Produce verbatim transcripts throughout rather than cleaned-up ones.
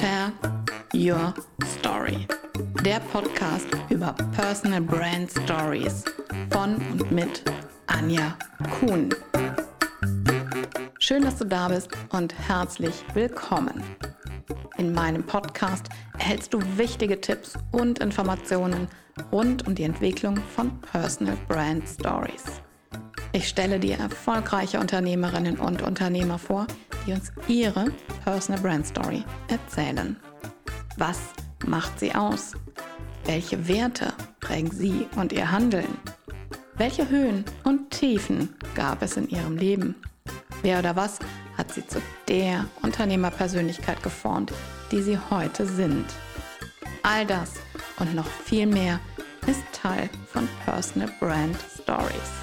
Share Your Story. Der Podcast über Personal Brand Stories von und mit Anja Kuhn. Schön, dass du da bist und herzlich willkommen. In meinem Podcast erhältst du wichtige Tipps und Informationen rund um die Entwicklung von Personal Brand Stories. Ich stelle dir erfolgreiche Unternehmerinnen und Unternehmer vor, die uns ihre Personal Brand Story erzählen. Was macht sie aus? Welche Werte prägen sie und ihr Handeln? Welche Höhen und Tiefen gab es in ihrem Leben? Wer oder was hat sie zu der Unternehmerpersönlichkeit geformt, die sie heute sind? All das und noch viel mehr ist Teil von Personal Brand Stories.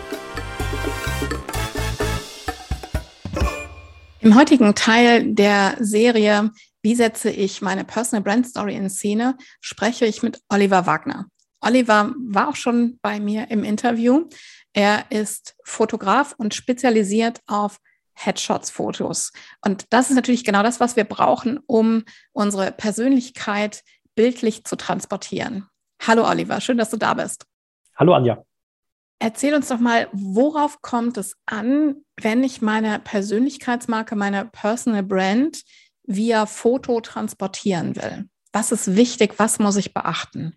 Im heutigen Teil der Serie Wie setze ich meine Personal Brand Story in Szene, spreche ich mit Oliver Wagner. Oliver war auch schon bei mir im Interview. Er ist Fotograf und spezialisiert auf Headshots-Fotos. Und das ist natürlich genau das, was wir brauchen, um unsere Persönlichkeit bildlich zu transportieren. Hallo Oliver, schön, dass du da bist. Hallo Anja. Erzähl uns doch mal, worauf kommt es an, wenn ich meine Persönlichkeitsmarke, meine Personal Brand via Foto transportieren will? Was ist wichtig? Was muss ich beachten?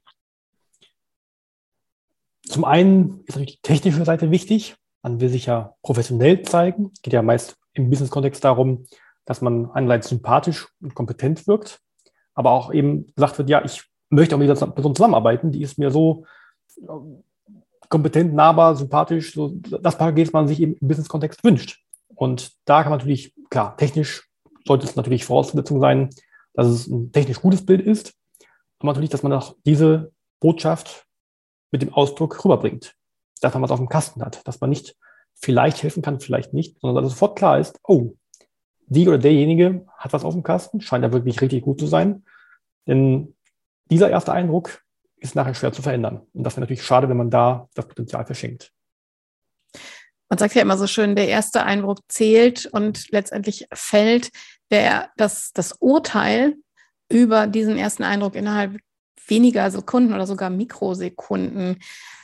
Zum einen ist natürlich die technische Seite wichtig. Man will sich ja professionell zeigen. Es geht ja meist im Business-Kontext darum, dass man einerseits sympathisch und kompetent wirkt, aber auch eben gesagt wird, ja, ich möchte auch mit dieser Person zusammenarbeiten, die ist mir so kompetent, nahbar, sympathisch, so das Paket, das man sich eben im Business-Kontext wünscht. Und da kann man natürlich, klar, technisch sollte es natürlich Voraussetzung sein, dass es ein technisch gutes Bild ist, aber natürlich, dass man auch diese Botschaft mit dem Ausdruck rüberbringt, dass man was auf dem Kasten hat, dass man nicht vielleicht helfen kann, vielleicht nicht, sondern dass es sofort klar ist, oh, die oder derjenige hat was auf dem Kasten, scheint ja wirklich richtig gut zu sein, denn dieser erste Eindruck ist nachher schwer zu verändern. Und das wäre natürlich schade, wenn man da das Potenzial verschenkt. Man sagt ja immer so schön, der erste Eindruck zählt und letztendlich fällt der, das, das Urteil über diesen ersten Eindruck innerhalb weniger Sekunden oder sogar Mikrosekunden.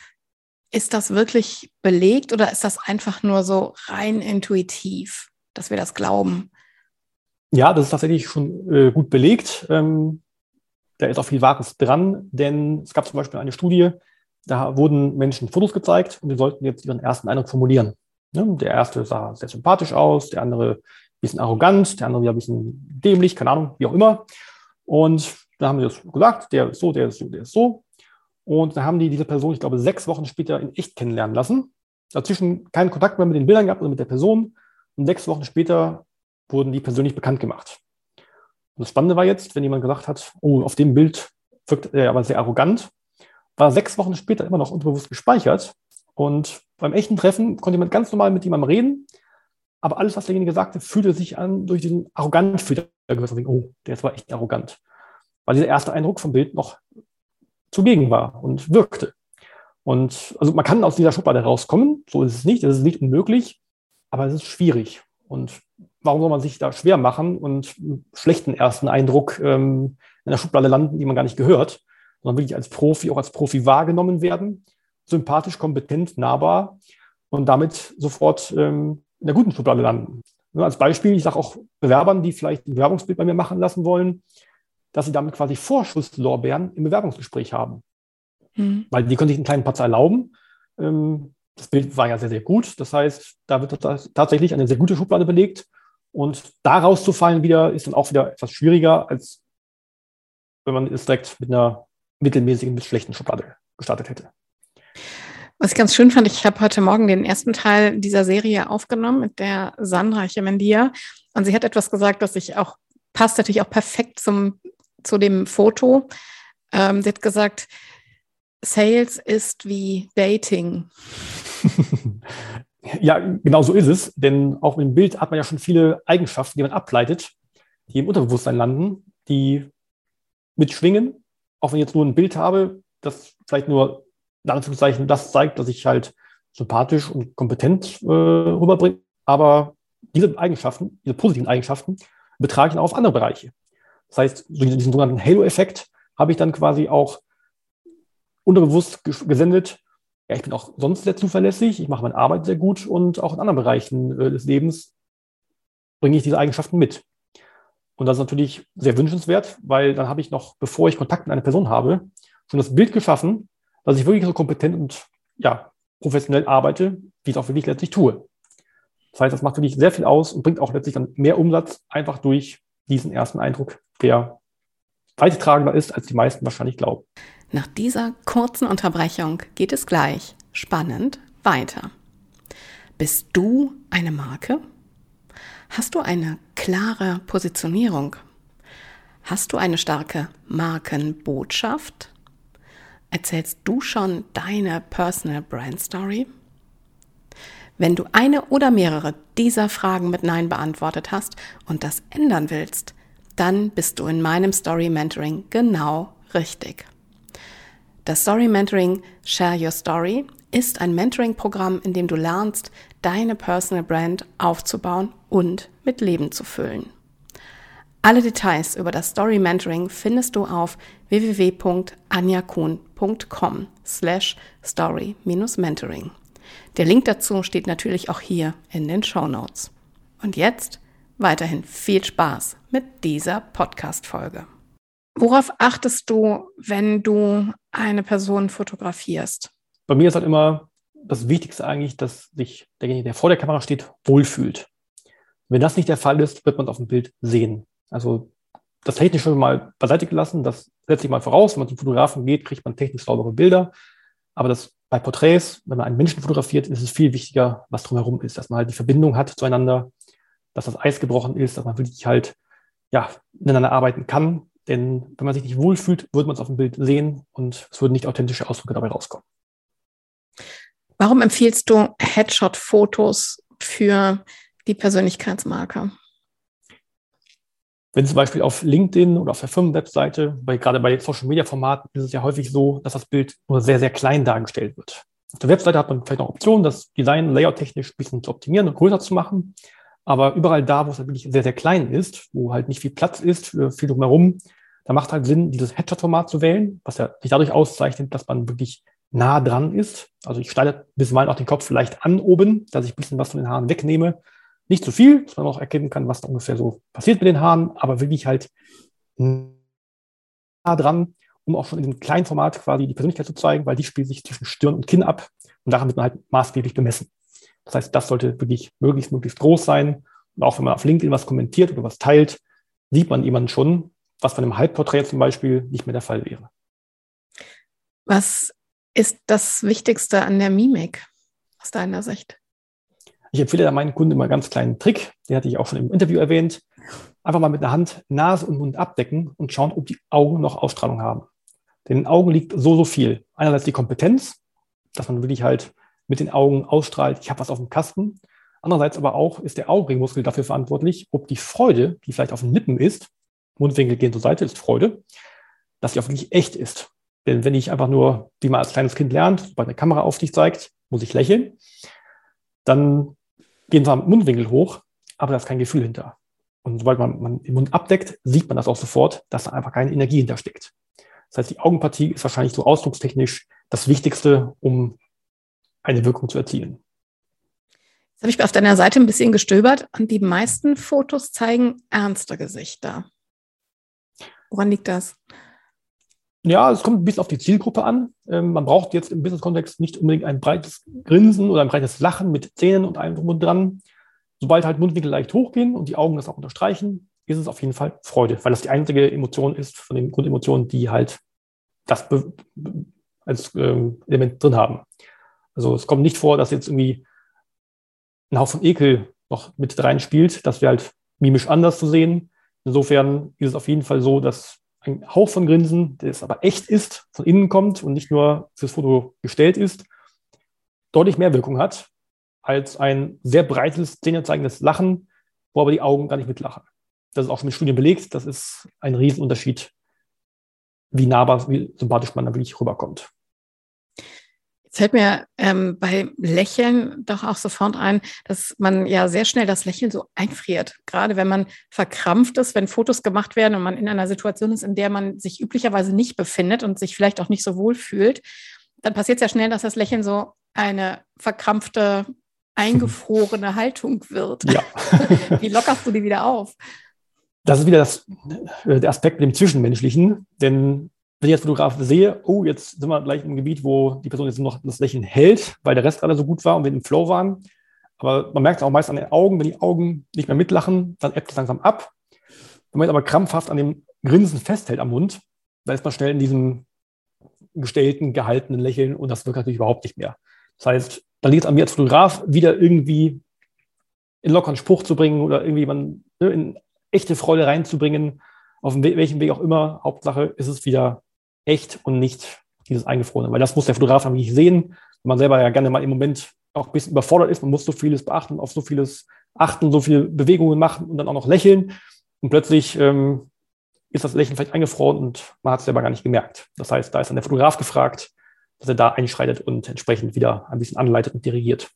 Ist das wirklich belegt oder ist das einfach nur so rein intuitiv, dass wir das glauben? Ja, das ist tatsächlich schon äh, gut belegt. Ähm, Da ist auch viel Wahres dran, denn es gab zum Beispiel eine Studie, da wurden Menschen Fotos gezeigt und die sollten jetzt ihren ersten Eindruck formulieren. Der erste sah sehr sympathisch aus, der andere ein bisschen arrogant, der andere wieder ein bisschen dämlich, keine Ahnung, wie auch immer. Und da haben sie das gesagt, der ist so, der ist so, der ist so. Und dann haben die diese Person, ich glaube, sechs Wochen später in echt kennenlernen lassen. Dazwischen keinen Kontakt mehr mit den Bildern gehabt oder mit der Person. Und sechs Wochen später wurden die persönlich bekannt gemacht. Und das Spannende war jetzt, wenn jemand gesagt hat, oh, auf dem Bild wirkt er aber sehr arrogant, war sechs Wochen später immer noch unterbewusst gespeichert. Und beim echten Treffen konnte jemand ganz normal mit jemandem reden, aber alles, was derjenige sagte, fühlte sich an durch diesen arrogant Filter gehört. Oh, der ist aber echt arrogant. Weil dieser erste Eindruck vom Bild noch zugegen war und wirkte. Und also man kann aus dieser Schublade rauskommen, so ist es nicht, es ist nicht unmöglich, aber es ist schwierig. Und warum soll man sich da schwer machen und einen schlechten ersten Eindruck ähm, in der Schublade landen, die man gar nicht gehört, sondern wirklich als Profi, auch als Profi wahrgenommen werden, sympathisch, kompetent, nahbar und damit sofort ähm, in der guten Schublade landen. Ja, als Beispiel, ich sage auch Bewerbern, die vielleicht ein Bewerbungsbild bei mir machen lassen wollen, dass sie damit quasi Vorschusslorbeeren im Bewerbungsgespräch haben. Mhm. Weil die können sich einen kleinen Patzer erlauben. Ähm, das Bild war ja sehr, sehr gut. Das heißt, da wird das tatsächlich eine sehr gute Schublade belegt. Und da rauszufallen wieder, ist dann auch wieder etwas schwieriger, als wenn man es direkt mit einer mittelmäßigen bis schlechten Schublade gestartet hätte. Was ich ganz schön fand, ich habe heute Morgen den ersten Teil dieser Serie aufgenommen mit der Sandra Chemendia. Und sie hat etwas gesagt, das ich auch, passt natürlich auch perfekt zum, zu dem Foto. Ähm, sie hat gesagt, Sales ist wie Dating. Ja, genau so ist es, denn auch im Bild hat man ja schon viele Eigenschaften, die man ableitet, die im Unterbewusstsein landen, die mitschwingen, auch wenn ich jetzt nur ein Bild habe, das vielleicht nur in Anführungszeichen das zeigt, dass ich halt sympathisch und kompetent äh, rüberbringe, aber diese Eigenschaften, diese positiven Eigenschaften, betrage ich dann auch auf andere Bereiche. Das heißt, durch diesen sogenannten Halo-Effekt habe ich dann quasi auch unterbewusst gesendet, ja, ich bin auch sonst sehr zuverlässig, ich mache meine Arbeit sehr gut und auch in anderen Bereichen äh, des Lebens bringe ich diese Eigenschaften mit. Und das ist natürlich sehr wünschenswert, weil dann habe ich noch, bevor ich Kontakt mit einer Person habe, schon das Bild geschaffen, dass ich wirklich so kompetent und ja, professionell arbeite, wie ich es auch wirklich letztlich tue. Das heißt, das macht wirklich sehr viel aus und bringt auch letztlich dann mehr Umsatz, einfach durch diesen ersten Eindruck, der weit tragender ist, als die meisten wahrscheinlich glauben. Nach dieser kurzen Unterbrechung geht es gleich spannend weiter. Bist du eine Marke? Hast du eine klare Positionierung? Hast du eine starke Markenbotschaft? Erzählst du schon deine Personal Brand Story? Wenn du eine oder mehrere dieser Fragen mit Nein beantwortet hast und das ändern willst, dann bist du in meinem Story Mentoring genau richtig. Das Story Mentoring Share Your Story ist ein Mentoring-Programm, in dem du lernst, deine Personal Brand aufzubauen und mit Leben zu füllen. Alle Details über das Story Mentoring findest du auf w w w punkt anja kuhn punkt com slash story mentoring. Der Link dazu steht natürlich auch hier in den Shownotes. Und jetzt weiterhin viel Spaß mit dieser Podcast-Folge. Worauf achtest du, wenn du eine Person fotografierst? Bei mir ist halt immer das Wichtigste eigentlich, dass sich derjenige, der vor der Kamera steht, wohlfühlt. Wenn das nicht der Fall ist, wird man es auf dem Bild sehen. Also das Technische mal beiseite gelassen, das setzt sich mal voraus. Wenn man zum Fotografen geht, kriegt man technisch saubere Bilder. Aber das bei Porträts, wenn man einen Menschen fotografiert, ist es viel wichtiger, was drumherum ist, dass man halt die Verbindung hat zueinander, dass das Eis gebrochen ist, dass man wirklich halt ja, miteinander arbeiten kann. Denn wenn man sich nicht wohlfühlt, würde man es auf dem Bild sehen und es würden nicht authentische Ausdrücke dabei rauskommen. Warum empfiehlst du Headshot-Fotos für die Persönlichkeitsmarke? Wenn zum Beispiel auf LinkedIn oder auf der Firmenwebseite, weil gerade bei Social-Media-Formaten ist es ja häufig so, dass das Bild nur sehr, sehr klein dargestellt wird. Auf der Webseite hat man vielleicht noch Optionen, das Design layout-technisch ein bisschen zu optimieren und größer zu machen. Aber überall da, wo es halt wirklich sehr, sehr klein ist, wo halt nicht viel Platz ist für viel drumherum, da macht halt Sinn, dieses Headshot-Format zu wählen, was ja sich dadurch auszeichnet, dass man wirklich nah dran ist. Also ich schneide bisweilen auch den Kopf leicht an oben, dass ich ein bisschen was von den Haaren wegnehme. Nicht zu viel, dass man auch erkennen kann, was da ungefähr so passiert mit den Haaren, aber wirklich halt nah dran, um auch schon in dem kleinen Format quasi die Persönlichkeit zu zeigen, weil die spielt sich zwischen Stirn und Kinn ab und daran wird man halt maßgeblich bemessen. Das heißt, das sollte wirklich möglichst, möglichst groß sein. Und auch wenn man auf LinkedIn was kommentiert oder was teilt, sieht man jemanden schon, was bei einem Halbporträt zum Beispiel nicht mehr der Fall wäre. Was ist das Wichtigste an der Mimik aus deiner Sicht? Ich empfehle da meinen Kunden immer einen ganz kleinen Trick, den hatte ich auch schon im Interview erwähnt. Einfach mal mit der Hand Nase und Mund abdecken und schauen, ob die Augen noch Ausstrahlung haben. Denn in den Augen liegt so, so viel. Einerseits die Kompetenz, dass man wirklich halt mit den Augen ausstrahlt, ich habe was auf dem Kasten. Andererseits aber auch ist der Augenringmuskel dafür verantwortlich, ob die Freude, die vielleicht auf den Lippen ist, Mundwinkel gehen zur Seite, ist Freude, dass die auch wirklich echt ist. Denn wenn ich einfach nur, wie man als kleines Kind lernt, sobald eine Kamera auf dich zeigt, muss ich lächeln, dann gehen zwar Mundwinkel hoch, aber da ist kein Gefühl hinter. Und sobald man, man den Mund abdeckt, sieht man das auch sofort, dass da einfach keine Energie hintersteckt. Das heißt, die Augenpartie ist wahrscheinlich so ausdruckstechnisch das Wichtigste, um eine Wirkung zu erzielen. Jetzt habe ich auf deiner Seite ein bisschen gestöbert und die meisten Fotos zeigen ernste Gesichter. Woran liegt das? Ja, es kommt ein bisschen auf die Zielgruppe an. Ähm, man braucht jetzt im Business-Kontext nicht unbedingt ein breites Grinsen oder ein breites Lachen mit Zähnen und allem drum und dran. Sobald halt Mundwinkel leicht hochgehen und die Augen das auch unterstreichen, ist es auf jeden Fall Freude, weil das die einzige Emotion ist von den Grundemotionen, die halt das be- als ähm, Element drin haben. Also es kommt nicht vor, dass jetzt irgendwie ein Hauch von Ekel noch mit reinspielt. Das wäre halt mimisch anders zu sehen. Insofern ist es auf jeden Fall so, dass ein Hauch von Grinsen, der es aber echt ist, von innen kommt und nicht nur fürs Foto gestellt ist, deutlich mehr Wirkung hat als ein sehr breites, zähnezeigendes Lachen, wo aber die Augen gar nicht mitlachen. Das ist auch schon mit Studien belegt. Das ist ein Riesenunterschied, wie nahbar, wie sympathisch man da wirklich rüberkommt. Jetzt fällt mir ähm, bei Lächeln doch auch sofort ein, dass man ja sehr schnell das Lächeln so einfriert. Gerade wenn man verkrampft ist, wenn Fotos gemacht werden und man in einer Situation ist, in der man sich üblicherweise nicht befindet und sich vielleicht auch nicht so wohl fühlt, dann passiert es ja schnell, dass das Lächeln so eine verkrampfte, eingefrorene Haltung wird. Ja. Wie lockerst du die wieder auf? Das ist wieder das, der Aspekt mit dem Zwischenmenschlichen, denn wenn ich als Fotograf sehe, oh, jetzt sind wir gleich im Gebiet, wo die Person jetzt nur noch das Lächeln hält, weil der Rest gerade so gut war und wir im Flow waren. Aber man merkt es auch meist an den Augen, wenn die Augen nicht mehr mitlachen, dann ebbt es langsam ab. Wenn man jetzt aber krampfhaft an dem Grinsen festhält am Mund, dann ist man schnell in diesem gestellten, gehaltenen Lächeln und das wirkt natürlich überhaupt nicht mehr. Das heißt, dann liegt es an mir als Fotograf, wieder irgendwie in lockeren Spruch zu bringen oder irgendwie man, ne, in echte Freude reinzubringen, auf welchem Weg auch immer. Hauptsache ist es wieder echt und nicht dieses Eingefrorene. Weil das muss der Fotograf dann wirklich sehen, wenn man selber ja gerne mal im Moment auch ein bisschen überfordert ist. Man muss so vieles beachten, auf so vieles achten, so viele Bewegungen machen und dann auch noch lächeln. Und plötzlich ähm, ist das Lächeln vielleicht eingefroren und man hat es selber gar nicht gemerkt. Das heißt, da ist dann der Fotograf gefragt, dass er da einschreitet und entsprechend wieder ein bisschen anleitet und dirigiert.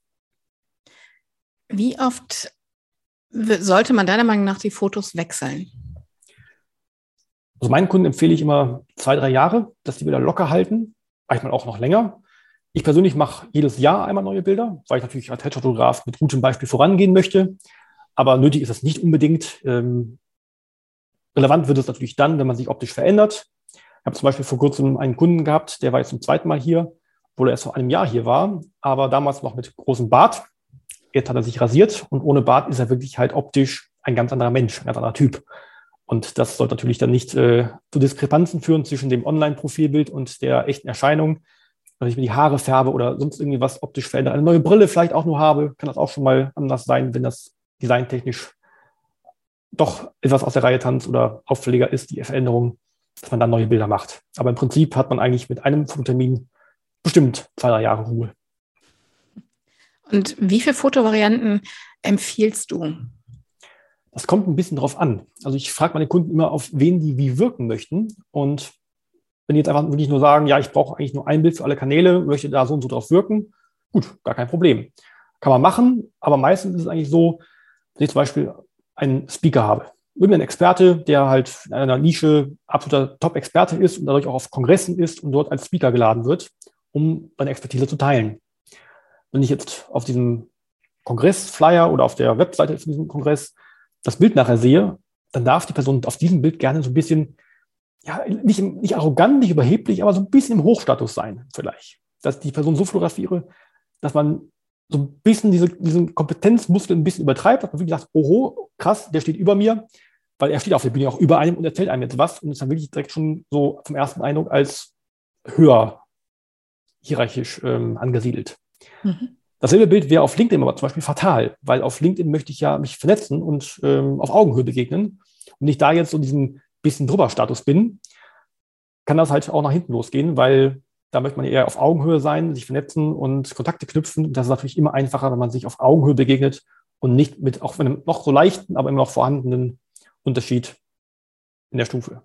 Wie oft sollte man deiner Meinung nach die Fotos wechseln? Also meinen Kunden empfehle ich immer zwei, drei Jahre, dass die Bilder locker halten, manchmal auch noch länger. Ich persönlich mache jedes Jahr einmal neue Bilder, weil ich natürlich als Headshot-Fotograf mit gutem Beispiel vorangehen möchte. Aber nötig ist das nicht unbedingt. Ähm, relevant wird es natürlich dann, wenn man sich optisch verändert. Ich habe zum Beispiel vor kurzem einen Kunden gehabt, der war jetzt zum zweiten Mal hier, obwohl er erst vor einem Jahr hier war, aber damals noch mit großem Bart. Jetzt hat er sich rasiert und ohne Bart ist er wirklich halt optisch ein ganz anderer Mensch, ein ganz anderer Typ. Und das sollte natürlich dann nicht äh, zu Diskrepanzen führen zwischen dem Online-Profilbild und der echten Erscheinung. Wenn ich mir die Haare färbe oder sonst irgendwie was optisch verändere, eine neue Brille vielleicht auch nur habe, kann das auch schon mal anders sein, wenn das designtechnisch doch etwas aus der Reihe tanzt oder auffälliger ist, die Veränderung, dass man dann neue Bilder macht. Aber im Prinzip hat man eigentlich mit einem Fototermin bestimmt zwei, drei Jahre Ruhe. Und wie viele Fotovarianten empfiehlst du? Das kommt ein bisschen drauf an. Also ich frage meine Kunden immer, auf wen die wie wirken möchten. Und wenn die jetzt einfach wirklich nur sagen, ja, ich brauche eigentlich nur ein Bild für alle Kanäle, möchte da so und so drauf wirken, gut, gar kein Problem. Kann man machen, aber meistens ist es eigentlich so, wenn ich zum Beispiel einen Speaker habe, irgendein Experte, der halt in einer Nische absoluter Top-Experte ist und dadurch auch auf Kongressen ist und dort als Speaker geladen wird, um seine Expertise zu teilen. Wenn ich jetzt auf diesem Kongressflyer oder auf der Webseite von diesem Kongress das Bild nachher sehe, dann darf die Person auf diesem Bild gerne so ein bisschen, ja, nicht, nicht arrogant, nicht überheblich, aber so ein bisschen im Hochstatus sein vielleicht. Dass die Person so fotografiere, dass man so ein bisschen diese, diesen Kompetenzmuskel ein bisschen übertreibt, dass man wirklich sagt, oho, krass, der steht über mir, weil er steht auf der Bühne auch über einem und erzählt einem jetzt was und ist dann wirklich direkt schon so vom ersten Eindruck als höher hierarchisch ähm, angesiedelt. Mhm. Dasselbe Bild wäre auf LinkedIn aber zum Beispiel fatal, weil auf LinkedIn möchte ich ja mich vernetzen und ähm, auf Augenhöhe begegnen. Und ich da jetzt so diesen bisschen drüber Status bin, kann das halt auch nach hinten losgehen, weil da möchte man eher auf Augenhöhe sein, sich vernetzen und Kontakte knüpfen. Das ist natürlich immer einfacher, wenn man sich auf Augenhöhe begegnet und nicht mit auch einem noch so leichten, aber immer noch vorhandenen Unterschied in der Stufe.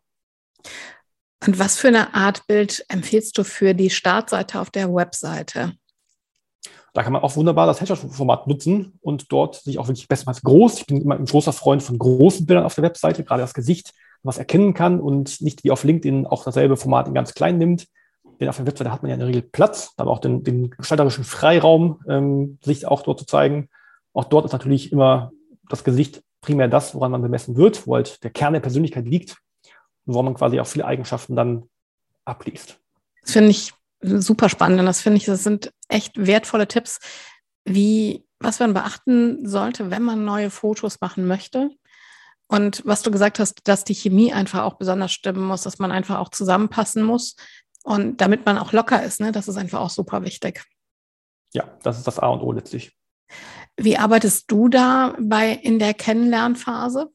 Und was für eine Art Bild empfiehlst du für die Startseite auf der Webseite? Da kann man auch wunderbar das Headshot-Format nutzen und dort sich auch wirklich bestenfalls groß. Ich bin immer ein großer Freund von großen Bildern auf der Webseite, gerade das Gesicht, was erkennen kann und nicht wie auf LinkedIn auch dasselbe Format in ganz klein nimmt. Denn auf der Webseite hat man ja in der Regel Platz, aber auch den, den gestalterischen Freiraum, ähm, sich auch dort zu zeigen. Auch dort ist natürlich immer das Gesicht primär das, woran man bemessen wird, wo halt der Kern der Persönlichkeit liegt und wo man quasi auch viele Eigenschaften dann abliest. Das finde ich super spannend und das finde ich, das sind echt wertvolle Tipps, wie, was man beachten sollte, wenn man neue Fotos machen möchte. Und was du gesagt hast, dass die Chemie einfach auch besonders stimmen muss, dass man einfach auch zusammenpassen muss und damit man auch locker ist, ne, das ist einfach auch super wichtig. Ja, das ist das A und O letztlich. Wie arbeitest du da bei in der Kennenlernphase?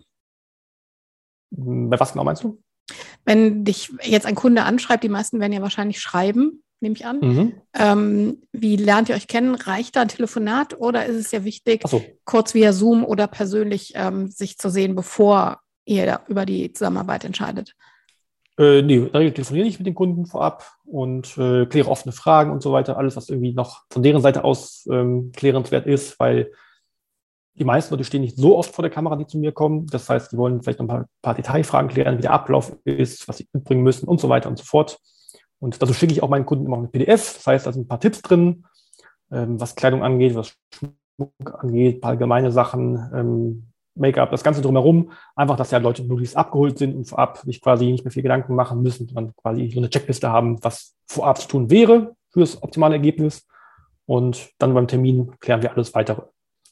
Bei was genau meinst du? Wenn dich jetzt ein Kunde anschreibt, die meisten werden ja wahrscheinlich schreiben, nehme ich an. Mhm. Ähm, wie lernt ihr euch kennen? Reicht da ein Telefonat oder ist es ja wichtig, so. kurz via Zoom oder persönlich ähm, sich zu sehen, bevor ihr da über die Zusammenarbeit entscheidet? Äh, nee, in der Regel telefoniere ich mit den Kunden vorab und äh, kläre offene Fragen und so weiter. Alles, was irgendwie noch von deren Seite aus ähm, klärenswert ist, weil die meisten Leute stehen nicht so oft vor der Kamera, die zu mir kommen. Das heißt, die wollen vielleicht noch ein paar, paar Detailfragen klären, wie der Ablauf ist, was sie mitbringen müssen und so weiter und so fort. Und dazu schicke ich auch meinen Kunden immer eine P D F. Das heißt, da sind ein paar Tipps drin, ähm, was Kleidung angeht, was Schmuck angeht, ein paar allgemeine Sachen, ähm, Make-up, das Ganze drumherum. Einfach, dass ja Leute möglichst abgeholt sind und vorab sich quasi nicht mehr viel Gedanken machen müssen, sondern quasi so eine Checkliste haben, was vorab zu tun wäre für das optimale Ergebnis. Und dann beim Termin klären wir alles Weitere.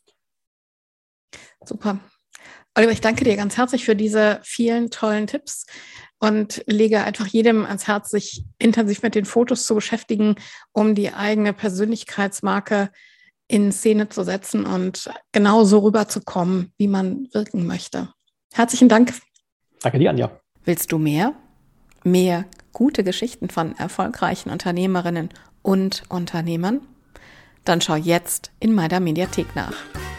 Super. Oliver, ich danke dir ganz herzlich für diese vielen tollen Tipps und lege einfach jedem ans Herz, sich intensiv mit den Fotos zu beschäftigen, um die eigene Persönlichkeitsmarke in Szene zu setzen und genau so rüberzukommen, wie man wirken möchte. Herzlichen Dank. Danke dir, Anja. Willst du mehr? Mehr gute Geschichten von erfolgreichen Unternehmerinnen und Unternehmern? Dann schau jetzt in meiner Mediathek nach.